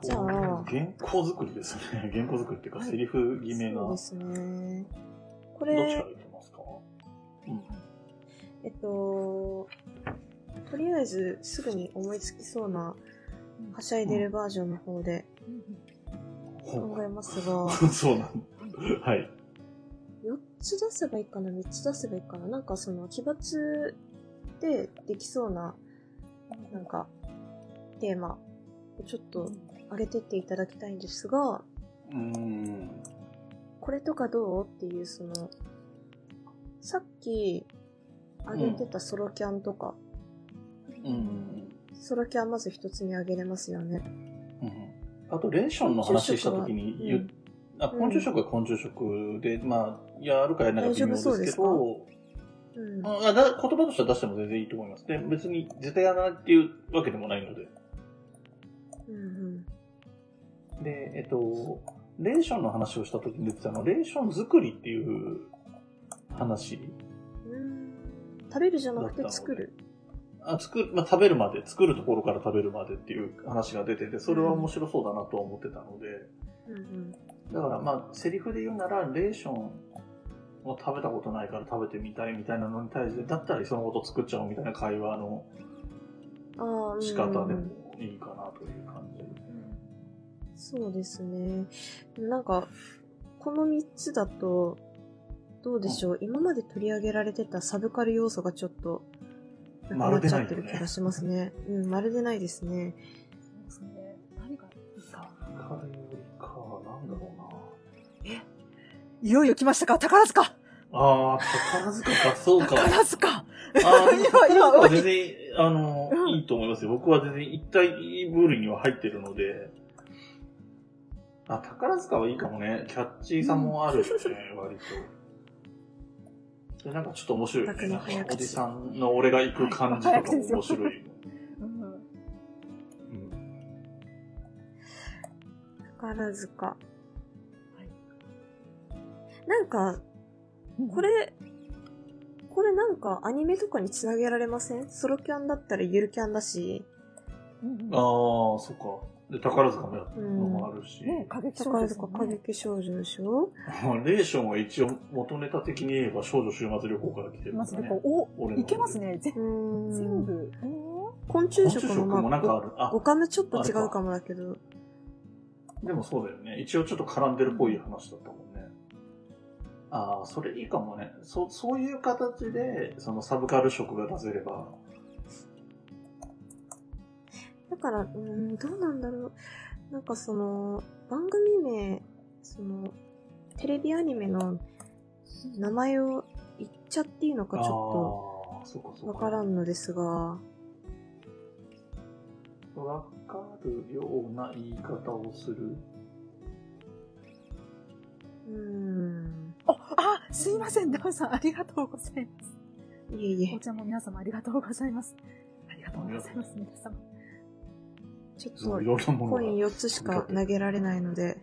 じゃあ、 原稿作りですね。原稿作りっていうか、セリフ決めが。 そうですね。こどっちれから言ってますか？ とりあえずすぐに思いつきそうなはしゃいでるバージョンの方で考えますが、 そうなんだ。はい。 4つ出せばいいかな、3つ出せばいいかな。なんかその奇抜でできそうな、なんかテーマをちょっと上げてっていただきたいんですが、これとかどうっていうその、さっき上げてたソロキャンとか、ソロキャンまず一つに上げれますよね。 あと、レーションの話したときに昆虫食は昆虫食で、まあ、やるかやらないか微妙ですけど、言葉としては出しても全然いいと思います。で、別に絶対やらないっていうわけでもないので。で、レーションの話をしたときに出てたのは、レーション作りっていう話。 食べるじゃなくて作る。 食べるまで、作るところから食べるまでっていう話が出てて、それは面白そうだなと思ってたので、だからまあ、セリフで言うなら、レーションを食べたことないから食べてみたいみたいなのに対して、だったらそのこと作っちゃおうみたいな会話の仕方でもいいかなという感じ。 そうですね。なんか、この3つだと、どうでしょう、今まで取り上げられてたサブカル要素がちょっと、なくなっちゃってる気がしますね。まるでないですね。 そうですね。何がいいか。 サブカルよりか、なんだろうな。 いよいよ来ましたか、宝塚。 宝塚か、そうか。 宝塚。 今全然、いいと思いますよ。僕は全然一体部類には入ってるので。宝塚はいいかもね。キャッチーさもあるよね、割と。で、なんかちょっと面白いよね。おじさんの俺が行く感じとかも面白い。 宝塚。なんか、これなんかアニメとかにつなげられません？ソロキャンだったらゆるキャンだし。 そっか。で、宝塚もやったのもあるし。 宝塚歌劇少女でしょ？ レーションは一応元ネタ的に言えば少女週末旅行から来てるからね。 いけますね。全部。 昆虫食もなんかある。五感ちょっと違うかもだけど。 でもそうだよね。一応ちょっと絡んでるっぽい話だったもんね。それいいかもね。そういう形で、そのサブカル色が出せれば。 だから、どうなんだろう。なんかその、番組名、テレビアニメの名前を言っちゃっていいのかちょっとわからんのですが。 わかるような言い方をする。 すいません、ダウさん、ありがとうございます。 いえいえ。 お茶も皆様ありがとうございます。ありがとうございます、皆様。 ちょっと、コイン4つしか投げられないので、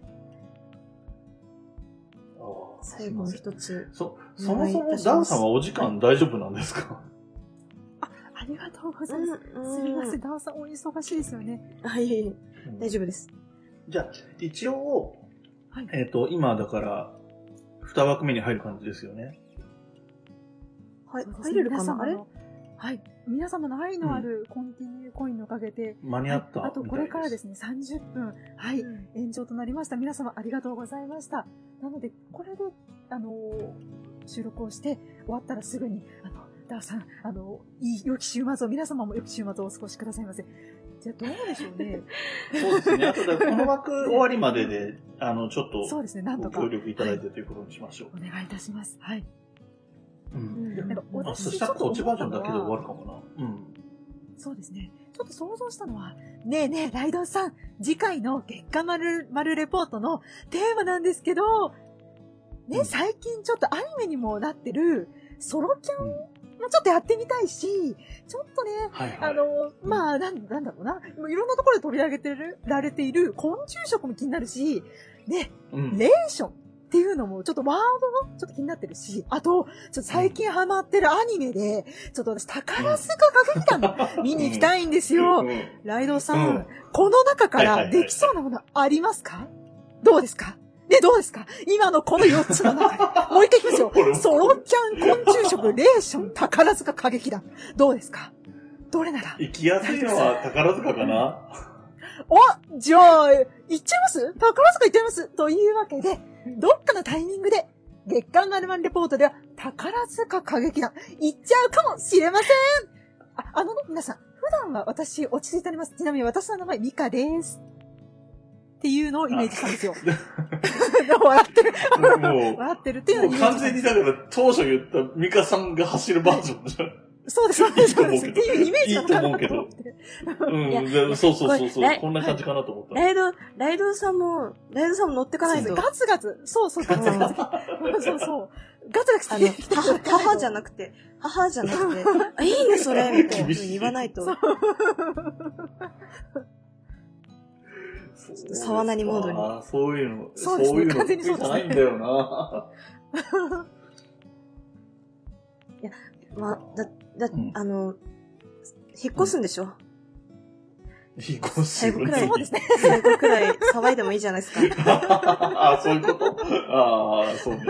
最後の1つ。 そもそもダンさんはお時間大丈夫なんですか？ ありがとうございます。すみません、ダンさんお忙しいですよね。 いえいえ、大丈夫です。 じゃあ、一応、今だから、2枠目に入る感じですよね。 入れるかな？あれ？ はい。皆様の愛のあるコンティニューコインのおかげで、 間に合った。 あとこれからですね、30分、延長となりました。皆様ありがとうございました。なので、これで、収録をして終わったらすぐに、ダーさん、良き週末を、皆様も良き週末をお過ごしくださいませ。じゃあどうでしょうね。 そうですね。あとこの枠終わりまでで、ちょっと、 そうですね、なんとか。 ご協力いただいてということにしましょう。 お願いいたします。はい。 そしたらこっちバージョンだけで終わるかもな。 そうですね。ちょっと想像したのは、ねえねえ、ライドンさん、次回の月刊丸レポートのテーマなんですけど、ね、最近ちょっとアニメにもなってる、ソロキャンもちょっとやってみたいし、ちょっとね、なんだろうな、いろんなところで取り上げてられている昆虫食も気になるし、ね、レーション。 っていうのも、ちょっとワードもちょっと気になってるし、あと、ちょっと最近ハマってるアニメで、ちょっと私、宝塚歌劇団見に行きたいんですよ。ライドウさん、この中からできそうなものありますか？どうですか？ね、どうですか？今のこの4つの中で。もう一回いきますよ。ソロキャン、昆虫食、レーション、宝塚歌劇団。どうですか？どれなら？ 行きやすいのは宝塚かな？ じゃあ、行っちゃいます？宝塚行っちゃいます？というわけで、どっかのタイミングで、月刊マルマンレポートでは、宝塚歌劇団、行っちゃうかもしれません。皆さん、普段は私、落ち着いております。ちなみに私の名前、ミカです。っていうのをイメージしたんですよ。笑ってる。笑ってるっていうのをイメージしたんです。 完全にだから、当初言ったミカさんが走るバージョンじゃん。 そうです、そうです。っていうイメージいいと思うけど。そう。こんな感じかなと思った。 ライドさんも乗ってかないと。 ガツガツ。そう、ガツガツ。そう。ガツガツ。 母じゃなくて、いいね、それみたいな言わないと。沢なにモードに。 ああ、そういうの完全にそうじゃないんだよな。 いや、まあ、引っ越すんでしょ？ 引っ越す最後くらい、 そうですね。 最後くらい騒いでもいいじゃないですか。 ああ、そういうこと？ああ、そうね。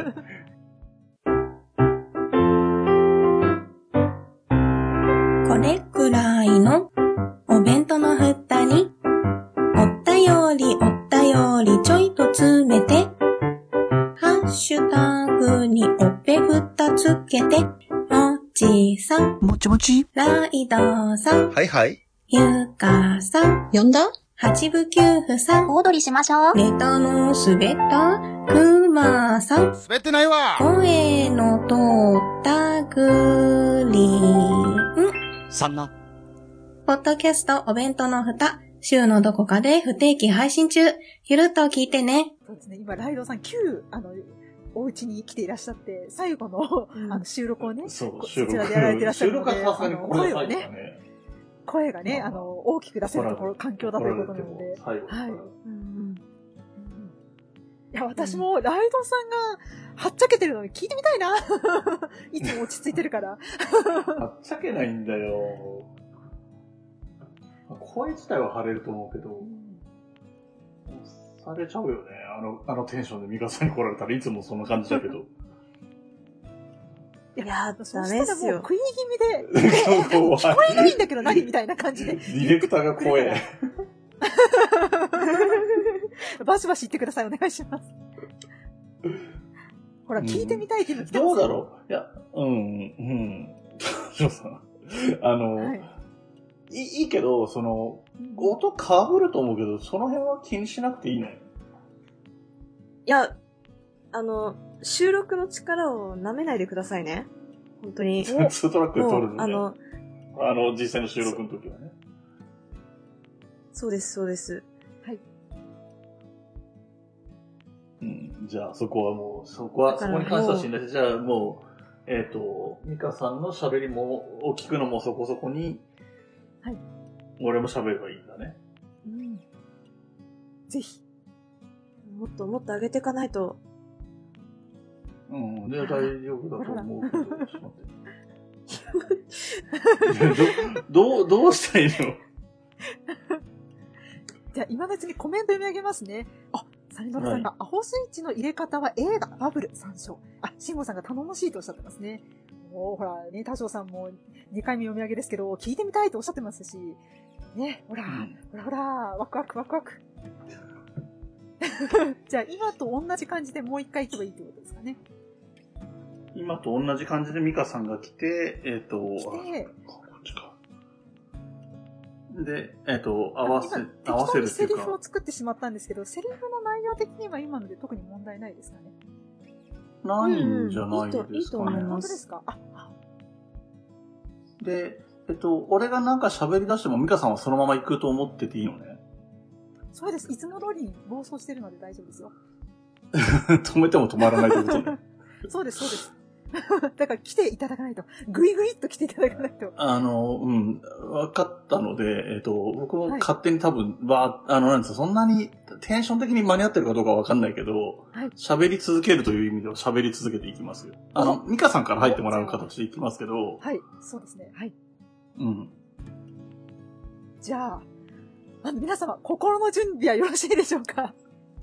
これくらいのお弁当の蓋にお便りちょいと詰めて、ハッシュタグにおべふたつけて、もちさん、 もちもち、 ライドさん、 はいはい、 ゆかさん、 呼んだ？ 八部九夫さん、 小躍りしましょう。 ネタの滑ったくまさん、 滑ってないわ。 声の通ったグリーン、 さんな。 ポッドキャストお弁当の蓋、週のどこかで不定期配信中。ゆるっと聞いてね。 そうですね。今、ライドさんお家に来ていらっしゃって、最後の、収録をね、 そちらでやられていらっしゃるので、声がね、大きく出せるところ、環境だということなので。はい。いや、私も、ライドさんが、はっちゃけてるのに聞いてみたいな。いつも落ち着いてるから。 はっちゃけないんだよ。声自体は晴れると思うけど、されちゃうよね。あのテンションでミカさんに来られたらいつもそんな感じだけど。 いや、ダメですよ。食い気味で、聞こえないんだけど何みたいな感じで。 ディレクターが怖え。 バシバシ言ってください。お願いします。ほら、聞いてみたいって言うの来てますよ。 どうだろう？いや、ジョーさん。いいけど、音被ると思うけど、その辺は気にしなくていいの？いや、収録の力を舐めないでくださいね。本当に。 2トラックで撮るのね。実際の収録の時はね。 そうです、そうです。 はい。 じゃあ、そこに関しては信頼して、じゃあもう、ミカさんの喋りも、聞くのもそこそこに、 はい。 俺も喋ればいいんだね。 ぜひ。 もっともっと上げていかないと。 で、大丈夫だと思うけど、ちょっと待って。どうしたらいいの？ じゃあ、今別にコメント読み上げますね。サニバルさんが、アホスイッチの入れ方は映画、バブル参照。シンゴさんが頼もしいとおっしゃってますね。ほら、ね、タジョーさんも2回目読み上げですけど、聞いてみたいとおっしゃってますし、ね、ほら、ワクワク。じゃあ、今と同じ感じでもう一回行けばいいってことですかね。 今と同じ感じでミカさんが来て、こっちか。で、合わせるっていうか。 適当にセリフを作ってしまったんですけど、セリフの内容的には今ので特に問題ないですかね。 ないんじゃないですかね。 いいと思います。 本当ですか？ で、俺がなんか喋り出してもミカさんはそのまま行くと思ってていいのね。 そうです。いつも通りに暴走してるので大丈夫ですよ。 止めても止まらないってことね。 そうです。だから来ていただかないと。ぐいぐいっと来ていただかないと。 分かったので、僕も勝手に多分、なんですよ、そんなにテンション的に間に合ってるかどうかわかんないけど、喋り続けるという意味では喋り続けていきますよ。ミカさんから入ってもらう形でいきますけど。 はい、そうですね。はい。 うん。 じゃあ、皆様、心の準備はよろしいでしょうか？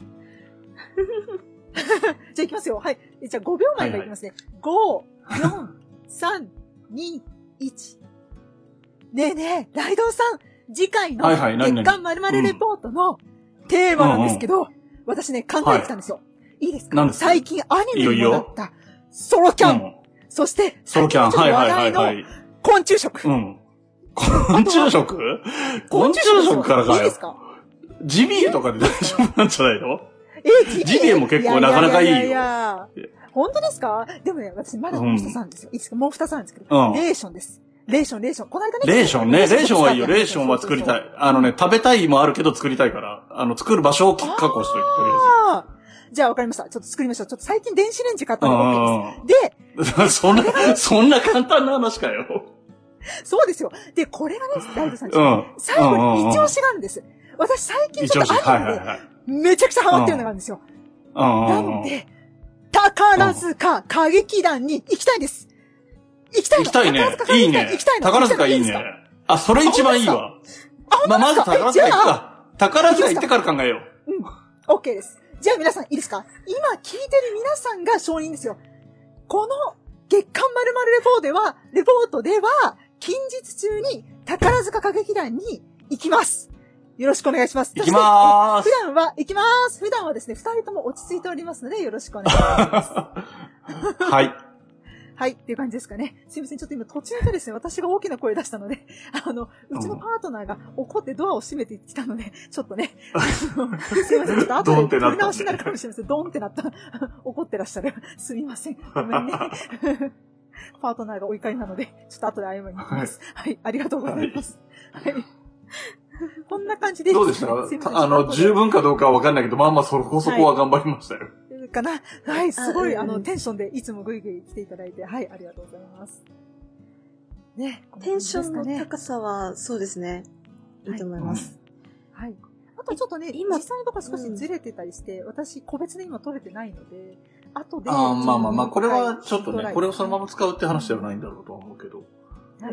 じゃあ行きますよ。はい。じゃあ5秒前からいきますね。5、4、3、2、1。ねえねえ、ライドウさん、次回の月刊〇〇レポートのテーマなんですけど、私ね、考えてたんですよ。いいですか？最近アニメにもなったソロキャン。そして、 ソロキャン、はいはいはいはい。 昆虫食。 うん。昆虫食？昆虫食からかよ。いいですか？ジビエとかで大丈夫なんじゃないの？ジビエも結構なかなかいいよ。いや本当ですか？でもね、私まだもう2つあるんですよ。いいですか？もう2つあるんですけど。レーションです。レーション。この間ね。 レーションね。レーションはいいよ。レーションは作りたい。食べたいもあるけど作りたいから、作る場所を確保しといて。 じゃあわかりました。ちょっと作りましょう。ちょっと最近電子レンジ買ったのが OK です。 で、そんな簡単な話かよ。 そうですよ。で、これがね、ライドさん、最後に一押しがあるんです。私最近ちょっとアニメでめちゃくちゃハマってるのがあるんですよ。なので、宝塚歌劇団に行きたいです。行きたいね。 いいね。宝塚いいね。あ、それ一番いいわ。まず宝塚行くか。宝塚行ってから考えよう。 うん。OK です。じゃあ皆さんいいですか？今聞いてる皆さんが承認ですよ。この月刊〇〇レポートでは、近日中に宝塚歌劇団に行きます。よろしくお願いします。 行きまーす。 普段はですね、二人とも落ち着いておりますので、よろしくお願いします。 はい。 はい、っていう感じですかね。すいません、ちょっと今途中でですね、私が大きな声出したので、うちのパートナーが怒ってドアを閉めてきたので、ちょっとね、すいません、ちょっと後で取り直しになるかもしれません。ドーンってなった。怒ってらっしゃる。すみません。ごめんね。パートナーがお怒りなので、ちょっと後で謝りに行きます。はい、ありがとうございます。はい。こんな感じで。 どうでしたか？十分かどうかはわかんないけど、まあまあそこは頑張りましたよ。 かな。はい、すごい、テンションでいつもグイグイ来ていただいて、はい、ありがとうございます。ね、 テンションの高さは、そうですね。いいと思います。 はい。あとちょっとね、実際のところ少しずれてたりして、私、個別で今取れてないので、後で。 まあ、これはちょっとね、これをそのまま使うって話ではないんだろうとは思うけど。 はい。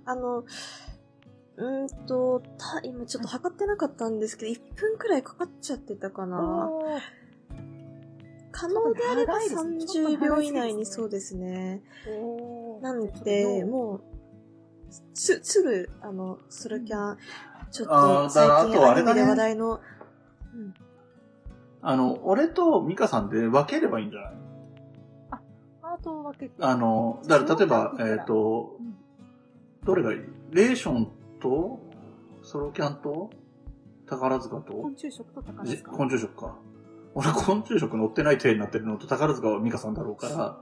今ちょっと測ってなかったんですけど、1分くらいかかっちゃってたかな。可能であれば30秒以内にそうですね。なので、もう、すぐ、ソロキャン、ちょっと最近アニメで話題の、 俺とミカさんで分ければいいんじゃない？ パートを分けて。 だから例えば、どれがいい？レーションと、ソロキャンと、宝塚と、 昆虫食と宝塚。 昆虫食か。俺、昆虫食乗ってない体になってるのと、宝塚はミカさんだろうから、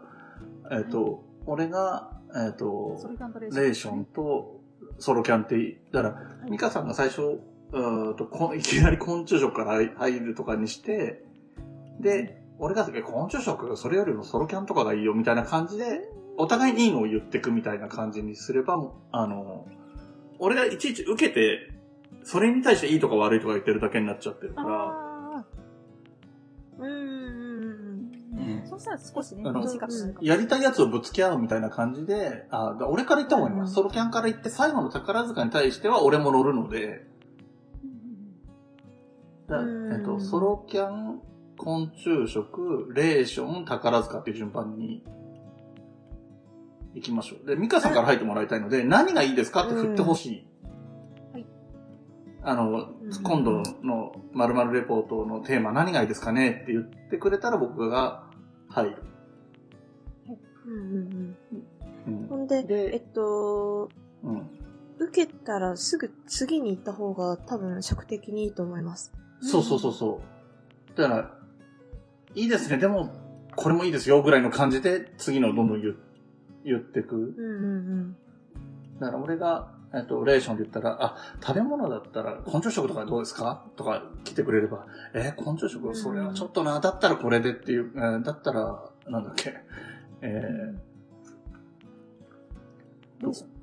俺が、レーションとソロキャンって、だから、ミカさんが最初、いきなり昆虫食から入るとかにして、で、俺が昆虫食、それよりもソロキャンとかがいいよみたいな感じで、お互いにいいのを言ってくみたいな感じにすれば、俺がいちいち受けて、それに対していいとか悪いとか言ってるだけになっちゃってるから、 そうしたら少しね、短くなるかも。 やりたいやつをぶつけ合うみたいな感じで、俺から言った方がいいな。ソロキャンから言って、最後の宝塚に対しては俺も乗るので、ソロキャン、昆虫食、レーション、宝塚っていう順番に行きましょう。で、ミカさんから入ってもらいたいので、何がいいですかって振ってほしい。今度の〇〇レポートのテーマ何がいいですかねって言ってくれたら僕が入る。 ほんで、受けたらすぐ次に行った方が多分尺的にいいと思います。 そう。だから、いいですね。でも、これもいいですよぐらいの感じで次のどんどん言ってく。だから俺が、レーションで言ったら、食べ物だったら、昆虫食とかどうですかとか来てくれれば、昆虫食、それはちょっとな、だったらこれでっていう、だったら、なんだっけ、レ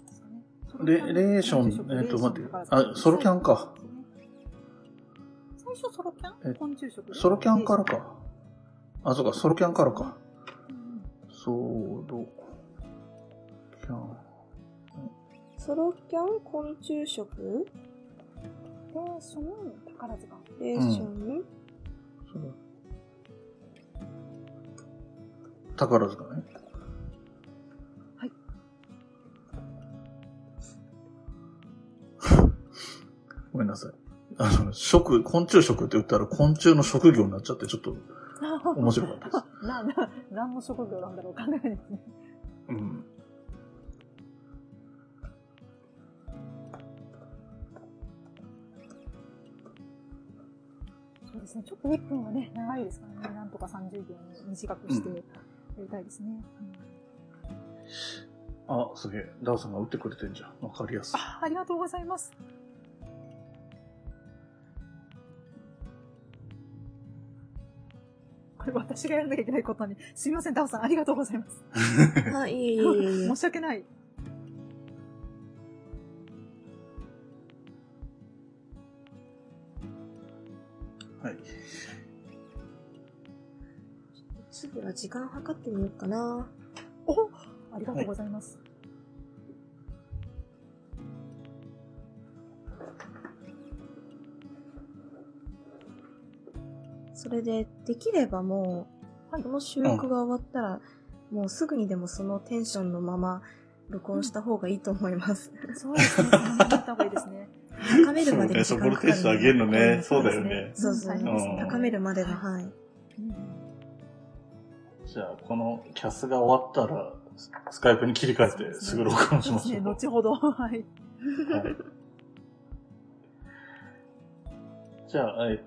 ーション、待って、ソロキャンか。 最初ソロキャン昆虫食ソロキャンからか。あ、そうか、ソロキャンからか。ソロキャン。 ソロキャン昆虫食レーション宝塚。 レーション、 宝塚ね。 はい。 ごめんなさい。昆虫食って言ったら昆虫の職業になっちゃってちょっと面白かったです。 何の職業なんだろう考えないですね。 うん。 そうですね。ちょっと1分はね、長いですからね。なんとか30秒に短くしてやりたいですね。 あ、すげえ。ダオさんが打ってくれてんじゃん。わかりやすい。 ありがとうございます。これ私がやらなきゃいけないことなのに、すみません、ダオさん、ありがとうございます。 あ、いえいえいえ。 申し訳ない。 はい。 次は時間計ってみようかな。 お、ありがとうございます。 それで、できればもう、この収録が終わったら、もうすぐにでもそのテンションのまま録音した方がいいと思います。 そうですね。やった方がいいですね。 高めるまでに時間かかる。 そこのテンション上げるのね。そうだよね。 そうそう。高めるまでは、はい。 じゃあ、このキャスが終わったら、スカイプに切り替えてすぐ録音しましょう。 そうですね。後ほど。はい。 じゃあ、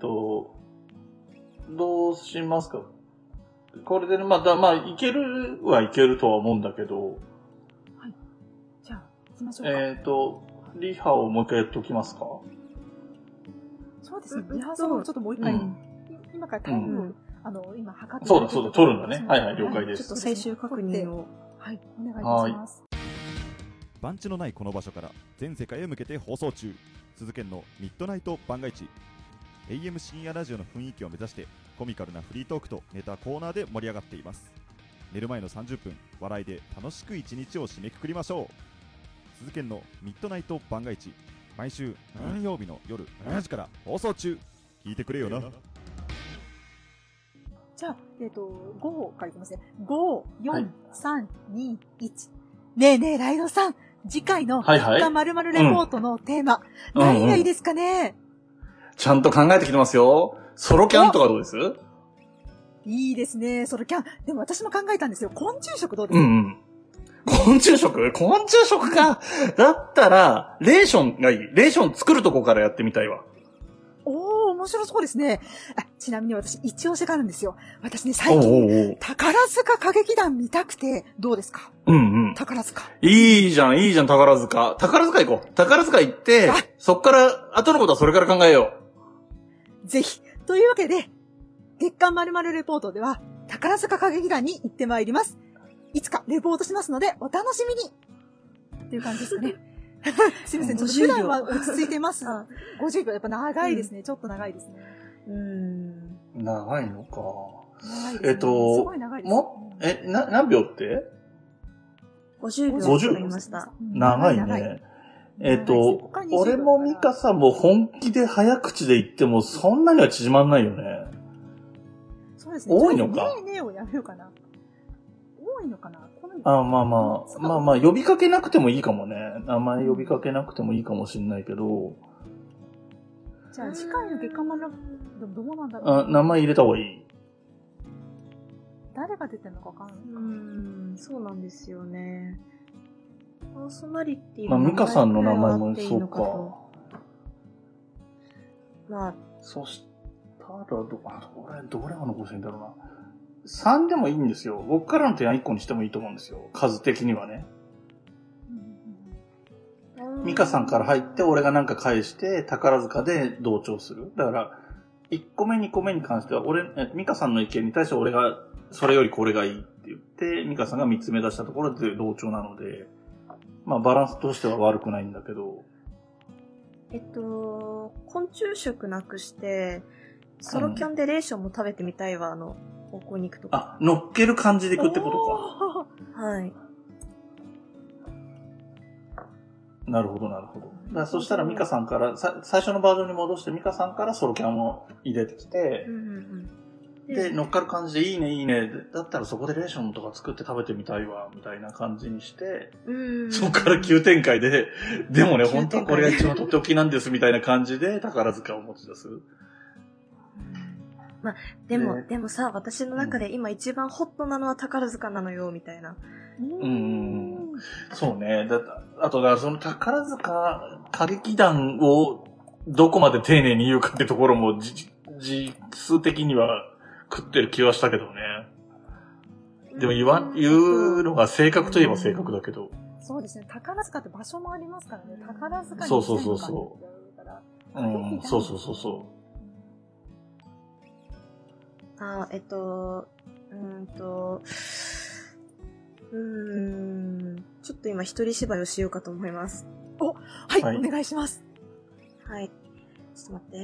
どうしますか？これでね、まあ、いけるはいけるとは思うんだけど。 はい。じゃあ、行きましょうか。 リハをもう一回やっておきますか？ そうですね。リハーサルをちょっともう一回、今からタイムを、今測ってそうだ、取るんだね。はいはい、了解です。 ちょっと最終確認を。 はい、お願いいたします。 番地のないこの場所から全世界へ向けて放送中。鈴研のミッドナイト番外地。AM 深夜ラジオの雰囲気を目指してコミカルなフリートークとネタコーナーで盛り上がっています。寝る前の30分、笑いで楽しく一日を締めくくりましょう。鈴研のミッドナイト番外地、毎週何曜日の夜7時から放送中。聞いてくれよな。 じゃあ、5からいきますね。5、4、3、2、1。ねえねえ、ライドさん。次回の月間〇〇レポートのテーマ、何がいいですかね？ ちゃんと考えてきてますよ。ソロキャンとかどうです？ いいですね、ソロキャン。でも私も考えたんですよ。昆虫食どうですか？ 昆虫食か。だったら、レーションがいい。レーション作るとこからやってみたいわ。 面白そうですね。ちなみに私、一押しがあるんですよ。私ね、最近、宝塚歌劇団見たくて、どうですか？宝塚。 いいじゃん、宝塚。宝塚行こう。宝塚行って、そっから、後のことはそれから考えよう。ぜひ。というわけで、月刊〇〇レポートでは、宝塚歌劇団に行ってまいります。いつかレポートしますので、お楽しみにっていう感じですかね。すいません、ちょっと普段は落ち着いてます。50秒、やっぱ長いですね。ちょっと長いですね。 長いのか。 長いですね。すごい長いですね。 何秒って ?50 秒かかりました。 長いね。俺もミカさんも本気で早口で言ってもそんなには縮まんないよね。 そうですね。 多いのか。 ねえねえをやめようかな。多いのかな。 まあ、呼びかけなくてもいいかもね。名前呼びかけなくてもいいかもしんないけど。 じゃあ次回の月刊マンラブどうなんだろう。 名前入れた方がいい。 誰が出てるのかわかんない。 そうなんですよね。パーソナリティの名前。ミカさんの名前もそうか。そしたらどれを残していいんだろうな。3でもいいんですよ。僕からの提案1個にしてもいいと思うんですよ。数的にはね。ミカさんから入って、俺がなんか返して、宝塚で同調する。だから、1個目2個目に関しては、ミカさんの意見に対して俺が、それよりこれがいいって言って、ミカさんが3つ目出したところで同調なので、まあバランスとしては悪くないんだけど。 昆虫食なくして、 ソロキャンでレーションも食べてみたいわ、方向に行くとか。 乗っける感じで行くってことか。はい。なるほど、なるほど。そしたらミカさんから、最初のバージョンに戻してミカさんからソロキャンを入れてきて、で、乗っかる感じでいいね、いいね。だったらそこでレーションとか作って食べてみたいわ、みたいな感じにして、そこから急展開で、でもね、本当はこれが一番とっておきなんです、みたいな感じで宝塚を持ち出す。 まあ、でもさ、私の中で今一番ホットなのは宝塚なのよ、みたいな。 そうね。あと、その宝塚歌劇団をどこまで丁寧に言うかってところも、実数的には食ってる気はしたけどね。でも言うのが正確といえば正確だけど。 そうですね。宝塚って場所もありますからね。宝塚にそう。そうそうそう。 ちょっと今一人芝居をしようかと思います。 はい、お願いします。 はい。ちょっと待って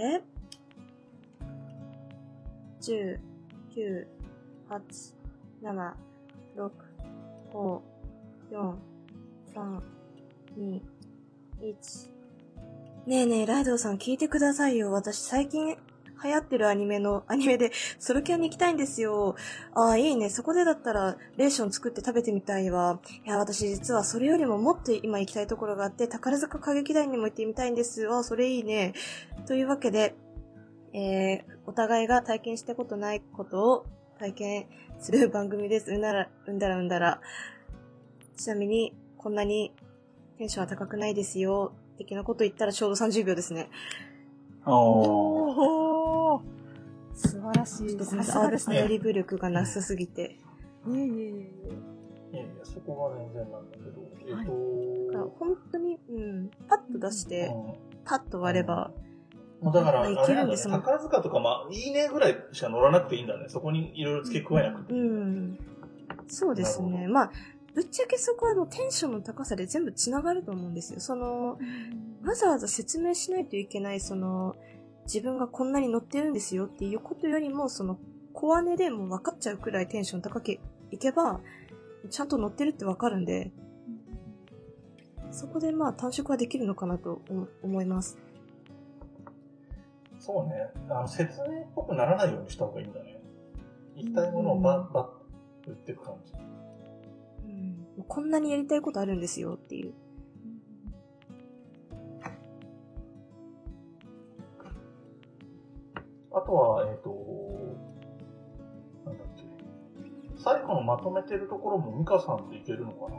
。10、9、8、7、6、5、4、3、2、1。ねえねえ、ライドウさん聞いてくださいよ。私最近流行ってるアニメでソロキャンに行きたいんですよ。ああ、いいね。そこでだったらレーション作って食べてみたいわ。いや、私実はそれよりももっと今行きたいところがあって、宝塚歌劇団にも行ってみたいんです。ああ、それいいね。というわけで、お互いが体験したことないことを体験する番組です。うんだら。ちなみに、こんなにテンションは高くないですよ。的なこと言ったらちょうど30秒ですね。 おー、素晴らしい。さすがですね。 アドリブ力がなさすぎて。 いや、そこは全然なんだけど。 だから本当に、パッと出して、パッと割れば、 だから、いけるんですもん。宝塚とか、いいねぐらいしか乗らなくていいんだね。そこにいろいろ付け加えなくていい。 そうですね。ぶっちゃけそこはテンションの高さで全部つながると思うんですよ。わざわざ説明しないといけない、自分がこんなに乗ってるんですよっていうことよりも、小姉でも分かっちゃうくらいテンション高くいけば、ちゃんと乗ってるって分かるんで、そこで短縮はできるのかなと思います。 そうね。説明っぽくならないようにした方がいいんだね。言いたいものをバッと言っていく感じ。 こんなにやりたいことあるんですよっていう。 あとは、なんだっけ。最後のまとめてるところもミカさんっていけるのかな？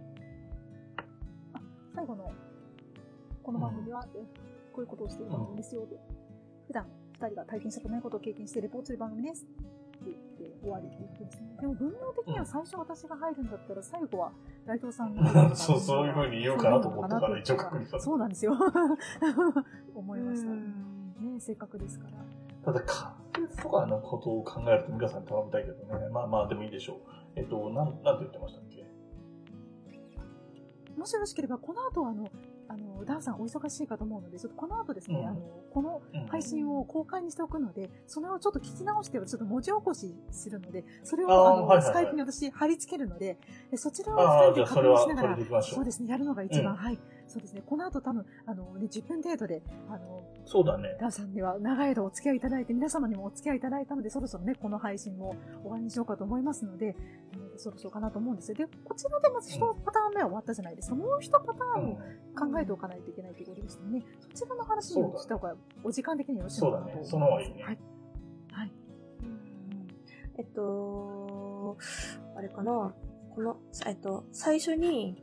最後の、この番組は、こういうことをしているんですよ。普段、2人が体験したことないことを経験してレポートする番組です。って言って終わりっていうことですね。でも文脈的には最初私が入るんだったら最後は内藤さんがそういう風に言うかなと思ったから一応確認した。 そうなんですよ。思いました。ね、せっかくですから。 ただ関節とかのことを考えると皆さんに頼みたいけどね。でもいいでしょう。なんて言ってましたっけ？ もしよろしければこの後ダンさんお忙しいかと思うので、ちょっとこの後ですね、この配信を公開にしておくので、それをちょっと聞き直してちょっと文字起こしするので、それをスカイプに私貼り付けるので、そちらを2人で確認しながら、そうですね、やるのが一番、はい。そうですね、この後多分、10分程度で、 そうだね。 ダンさんには長い間お付き合いいただいて、皆様にもお付き合いいただいたので、そろそろね、この配信も終わりにしようかと思いますので、そろそろかなと思うんですよ。で、こちらでまず1パターン目は終わったじゃないですか。もう1パターンを考えておかないといけないということですね。そちらの話をした方が、お時間的によろしいのかなと思います。 そうだね。その方がいいね。 はい。はい。 あれかな。この、最初に、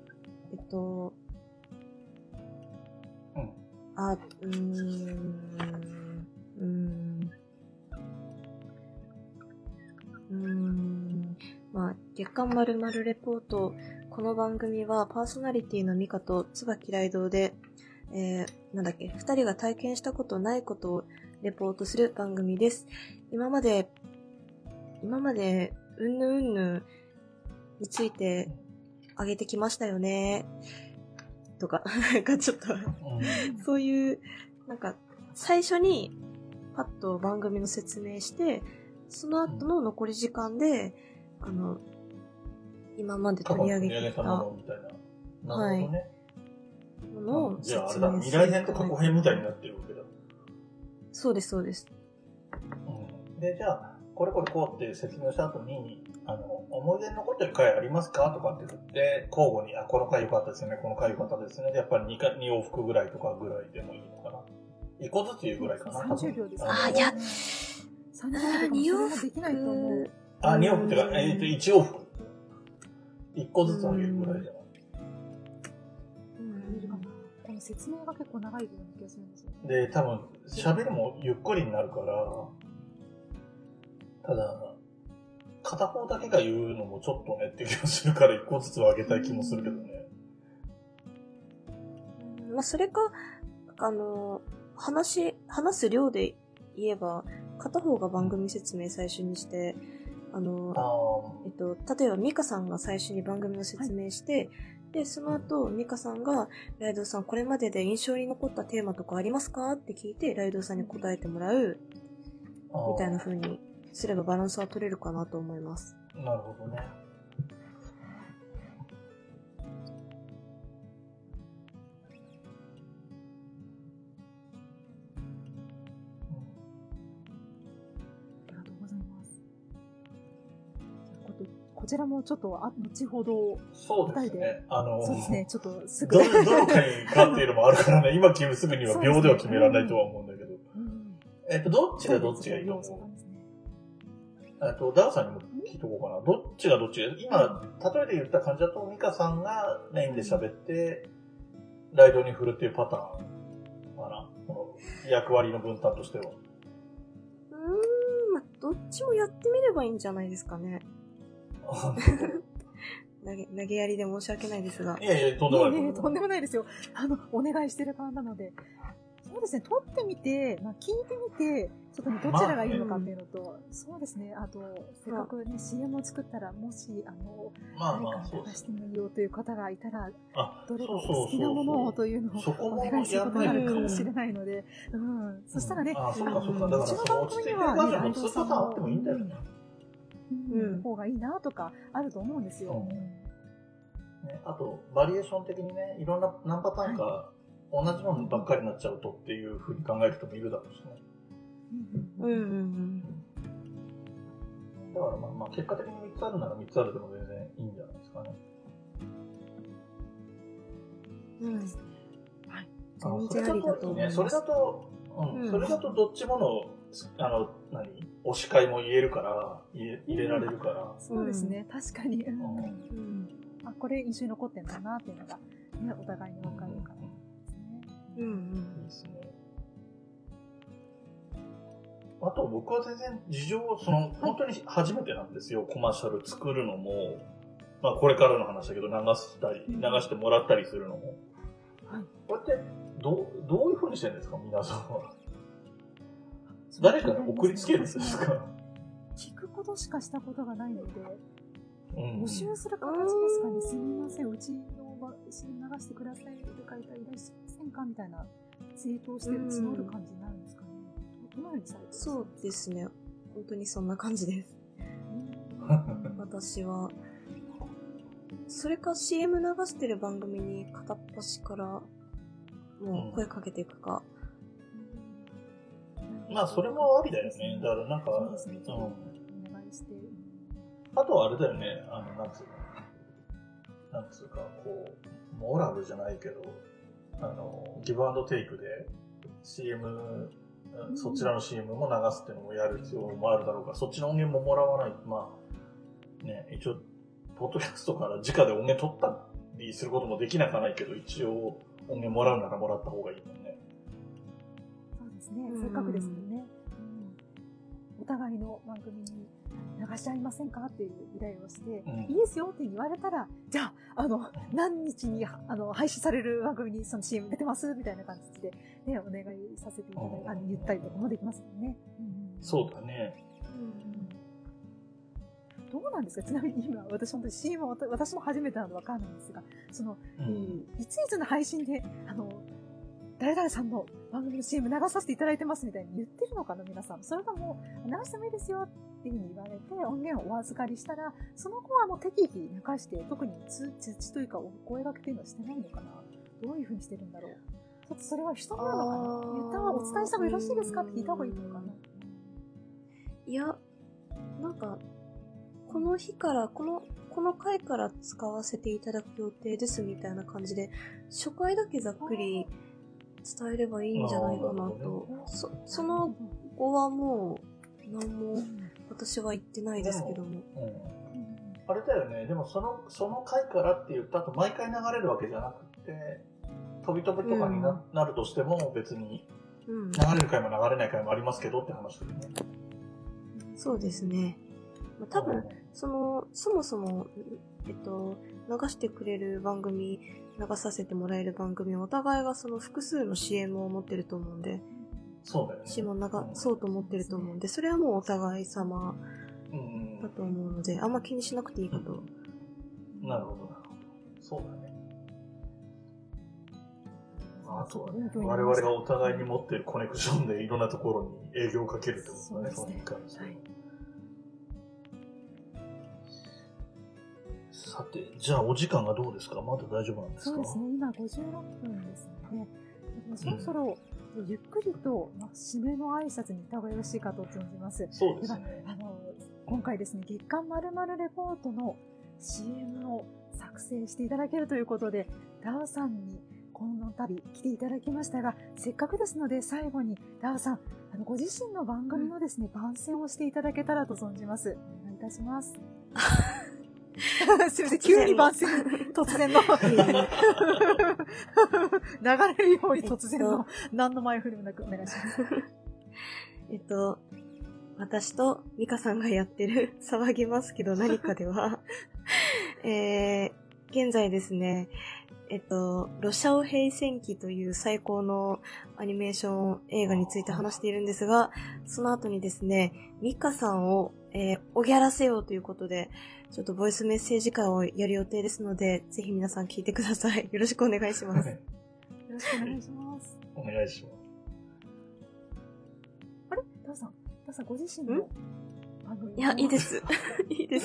月刊〇〇レポート。この番組はパーソナリティのミカと椿雷道で、二人が体験したことないことをレポートする番組です。今まで、うんぬについてあげてきましたよね。とか、ちょっと、そういう、最初に、 パッと番組の説明して、その後の残り時間で、今まで取り上げてきた、 ものみたいな。なるほどね。 ものをじゃああれだ、未来編と過去編みたいになってるわけだ。 そうです、そうです。 で、じゃあ、これこれこうって説明した後に、思い出に残ってる回ありますかとかって言って、交互に、この回良かったですね、この回良かったですね。で、やっぱり2往復ぐらいとかぐらいでもいいのかな。1個ずつ言うぐらいかな。 30秒です。 いや、 30秒でもできないと思う。 2往復ってか、1往復。1個ずつあげるぐらいじゃない。 この説明が結構長いような気がするんですよね。 で、多分、喋りもゆっくりになるから、ただ、片方だけが言うのもちょっとねって気がするから1個ずつはあげたい気もするけどね。 まあ、それか、話す量で言えば、片方が番組説明最初にして、例えばミカさんが最初に番組の説明して、で、その後、ミカさんが、ライドウさん、これまでで印象に残ったテーマとかありますかって聞いて、ライドウさんに答えてもらう、みたいな風にすればバランスは取れるかなと思います。 なるほどね。 こちらもちょっと後ほどそうですね。 そうですね。ちょっとすぐどの回かっていうのもあるからね。今すぐには秒では決められないとは思うんだけど。どっちがどっちがいいと思う？ダウさんにも聞いとこうかな。どっちがどっちが今、例えで言った感じだと、ミカさんがメインで喋って、ライドに振るっていうパターンかな。この役割の分担としては。 まあ、どっちもやってみればいいんじゃないですかね。投げやりで申し訳ないですが。 いやいや、とんでもない。 とんでもないですよ。お願いしてる側なので。そうですね、撮ってみて、聞いてみて、ちょっとね、どちらがいいのかっていうのと、そうですね、あと、せっかくね、CM を作ったら、もし、誰か出してもいいよという方がいたら、どれか好きなものをというのをお願いすることになるかもしれないので、そしたらね、 うちの番組にはね、ライドさんもあってもいいんだよね。 方がいいなとかあると思うんですよ。 あと、バリエーション的にね、いろんな何パターンか同じものばっかりになっちゃうとっていうふうに考える人もいるだろうしね。だからまあ結果的に3つあるなら3つあるでも全然いいんじゃないですかね。それだとどっちもの推し会も言えるから、入れられるから。 そうですね、確かに。これ印象に残ってんだなっていうのが、ね、お互いに分かるからですね。 いいですね。あと僕は全然事情、本当に初めてなんですよ、コマーシャル作るのも、まあこれからの話だけど流してもらったりするのも。これってどういう風にしてるんですか、皆さんは。誰かに送りつけるんですか？ 聞くことしかしたことがないので、募集する形ですかね。すみません、うちの流してくださいって書いたらいらっしゃいませんかみたいなツイートをして募る感じになるんですかね。どのようにされてますか？ そうですね。本当にそんな感じです。私は。それか CM 流してる番組に片っ端からもう声かけていくか。 まあそれもありだよね。だからなんか、 お願いして。 あとはあれだよね。なんつうか、こう、モラルじゃないけど、ギブアンドテイクで CM、そちらの CM も流すっていうのもやる必要もあるだろうから、そっちの音源ももらわない。まあ、ね、一応、ポッドキャストから直で音源取ったりすることもできなくはないけど、一応音源もらうならもらった方がいいもんね。 そうですね。せっかくですもんね。お互いの番組に流し合いませんかっていう依頼をして、いいですよって言われたら、じゃあ、何日に、配信される番組にその CM 出てますみたいな感じで、ね、お願いさせていただいて、言ったりとかもできますよね。 そうだね。 どうなんですか？ちなみに今、私本当に CM は私も初めてなのでわかんないんですが、いついつの配信で、 誰々さんの番組の CM 流させていただいてますみたいに言ってるのかな、皆さん。それとも、流してもいいですよっていうふうに言われて、音源をお預かりしたら、その子はもう適宜流して、特に通知というか、お声掛けっていうのはしてないのかな。どういうふうにしてるんだろう。ちょっとそれは人なのかな。言った方がお伝えした方がよろしいですかって聞いた方がいいのかな。 いや、なんか、この日から、この回から使わせていただく予定ですみたいな感じで、初回だけざっくり伝えればいいんじゃないかなと。その後はもう、何も私は言ってないですけども。 あれだよね、でもその回からって言った後、毎回流れるわけじゃなくて、飛び飛びとかになるとしても、別に、流れる回も流れない回もありますけどって話だよね。 そうですね。多分、そもそも、流してくれる番組、流させてもらえる番組、お互いがその複数の CM を持ってると思うんで、 そうだよね。 CM をそうと思ってると思うんで、それはもうお互い様だと思うので、あんま気にしなくていいこと。 なるほど。そうだね。あとはね、我々がお互いに持ってるコネクションでいろんなところに営業をかけるってことだね、そのに関して。さて、じゃあお時間がどうですか？まだ大丈夫なんですか？ そうですね、今56分ですね。そろそろゆっくりと締めの挨拶に行った方がよろしいかと存じます。 そうですね。 今回ですね、月刊〇〇レポートの CM を作成していただけるということで、ダウさんにこの度来ていただきましたが、せっかくですので最後にダウさん、ご自身の番組のですね、番宣をしていただけたらと存じます。お願いいたします。すみません、急に番宣、突然の流れるように突然の、何の前振りもなくお願いします。 私とミカさんがやってる騒ぎますけど何かでは、現在ですね、ロシアオ平戦記という最高のアニメーション映画について話しているんですが、その後にですね、ミカさんを、おぎゃらせようということで、ちょっとボイスメッセージ会をやる予定ですので、ぜひ皆さん聞いてください。よろしくお願いします。よろしくお願いします。 お願いします。 あれ？ダウさんご自身のいや、いいです。いいです。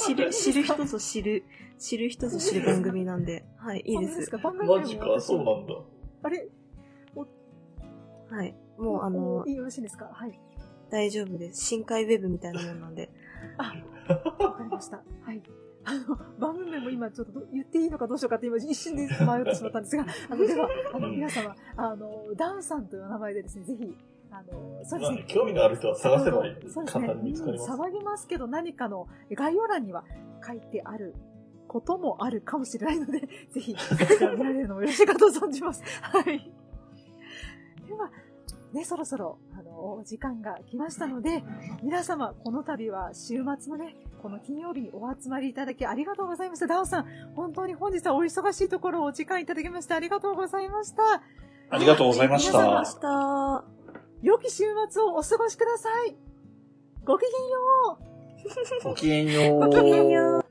知る人ぞ知る番組なんで、はい、いいです。 マジか、そうなんだ。 あれ？ はい、もうよろしいですか？はい。 大丈夫です。深海ウェブみたいなもんなんで。 あ、わかりました。はい。番組名も今ちょっと言っていいのかどうしようかって今一瞬で迷ってしまったんですが、では、皆様、ダウさんという名前でですね、ぜひ、 そうですね。興味がある人は探せばいい。簡単に見つかります。 騒ぎますけど何かの概要欄には書いてあることもあるかもしれないので、ぜひ、見られるのもよろしいかと存じます。はい。では、ね、そろそろ、お時間が来ましたので、皆様、この度は週末のね、この金曜日にお集まりいただきありがとうございました。ダオさん、本当に本日はお忙しいところをお時間いただきましてありがとうございました。 ありがとうございました。 良き週末をお過ごしください。ごきげんよう。 ごきげんよう。 ごきげんよう。